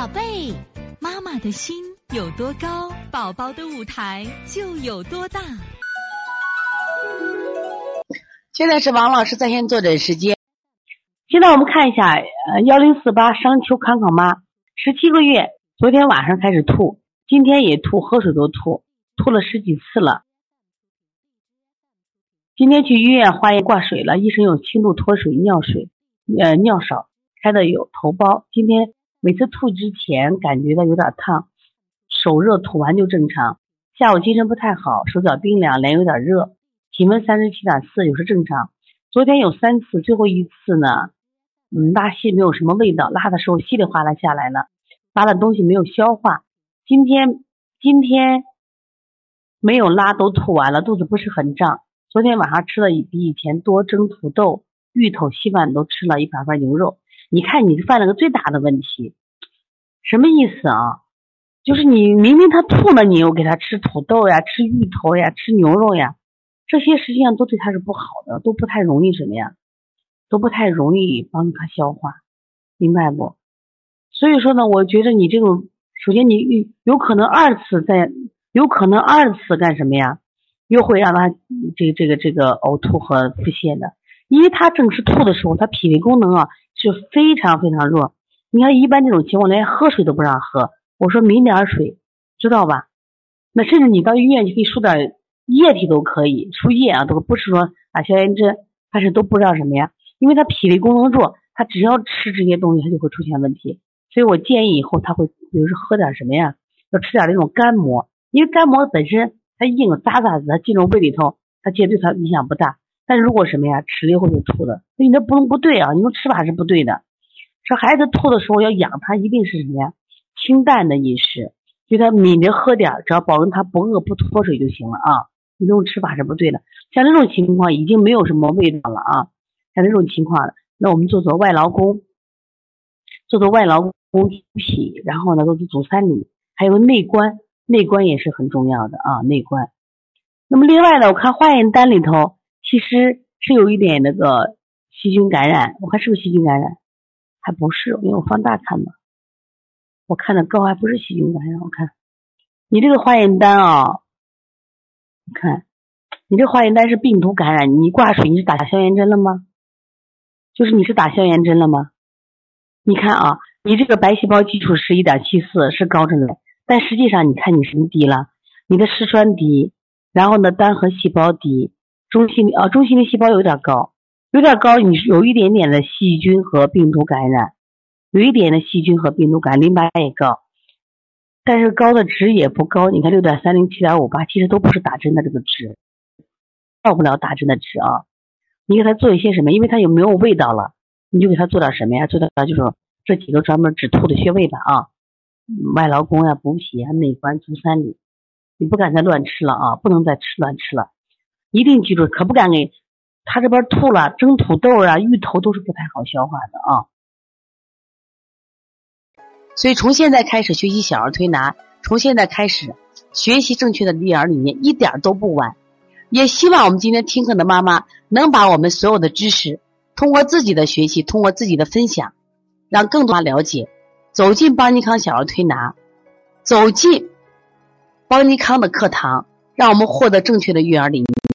宝贝，妈妈的心有多高，宝宝的舞台就有多大。 现在是王老师在线坐诊时间。 现在我们看一下1048商丘康康妈，17个月，昨天晚上开始吐，今天也吐，喝水都吐，吐了10几次了。今天去医院化验挂水了，医生有轻度脱水、尿水、尿少，开的有头孢。今天每次吐之前感觉到有点烫，手热，吐完就正常。下午精神不太好，手脚冰凉，脸有点热，体温37.4，有时正常。昨天有3次，最后一次呢，拉稀没有什么味道，拉的时候稀里哗啦下来了，拉的东西没有消化。今天没有拉，都吐完了，肚子不是很胀。昨天晚上吃的比以前多，蒸土豆、芋头、稀饭都吃了100份牛肉。你看你犯了个最大的问题，什么意思啊？就是你明明他吐了，你又给他吃土豆呀、吃芋头呀、吃牛肉呀，这些实际上都对他是不好的，都不太容易什么呀，都不太容易帮他消化，明白不？所以说呢，我觉得你这个，首先你有可能二次干什么呀？又会让他这个呕吐和腹泻的，因为他正是吐的时候，他脾胃功能啊是非常非常弱。你看一般这种情况连喝水都不让喝，我说抿点水，知道吧？那甚至你到医院就可以输点液体都可以，输液啊，都不是说打消炎针，但是都不让什么呀？因为他脾胃功能弱，他只要吃这些东西他就会出现问题。所以我建议以后他会比如说喝点什么呀，要吃点那种干馍，因为干馍本身它硬扎的，它进入胃里头，它其实对它影响不大。但是如果什么呀，吃了以后就吐的，所以你这不对啊，你说吃法是不对的。说孩子吐的时候要养他，一定是什么呀？清淡的饮食，就他抿着喝点，只要保证他不饿不脱水就行了啊。你这种吃法是不对的。像这种情况已经没有什么味道了啊，像这种情况，那我们做外劳宫，外劳宫脾，然后呢都是足三里，还有内关。内关也是很重要的啊，内关。那么另外呢，我看化验单里头其实是有一点那个细菌感染，我看是不是细菌感染？还不是，因为我放大看嘛，我看的高还不是细菌感染。我看你这个化验单啊，我看你这化验单是病毒感染，你挂水你是打消炎针了吗？就是你是打消炎针了吗？你看啊，你这个白细胞基础是 1.74 是高着呢，但实际上你看你什么低了？你的嗜酸低，然后呢单核细胞低，中性粒细胞有点高，你是有一点点的细菌和病毒感染，淋巴也高，但是高的值也不高，你看 6.30 7.58 其实都不是打针的这个值，到不了打针的值啊。你给他做一些什么？因为他有没有味道了，你就给他做点什么呀？做点就是这几个专门止吐的穴位吧啊，外劳宫呀、补脾啊、内关、足三里，你不敢再乱吃了啊，不能再乱吃了，一定记住，可不敢给他这边吐了，蒸土豆啊、芋头都是不太好消化的啊。 所以从现在开始学习小儿推拿，从现在开始学习正确的育儿理念，一点都不晚。也希望我们今天听课的妈妈能把我们所有的知识通过自己的学习，通过自己的分享，让更多了解，走进邦尼康小儿推拿，走进邦尼康的课堂，让我们获得正确的育儿理念。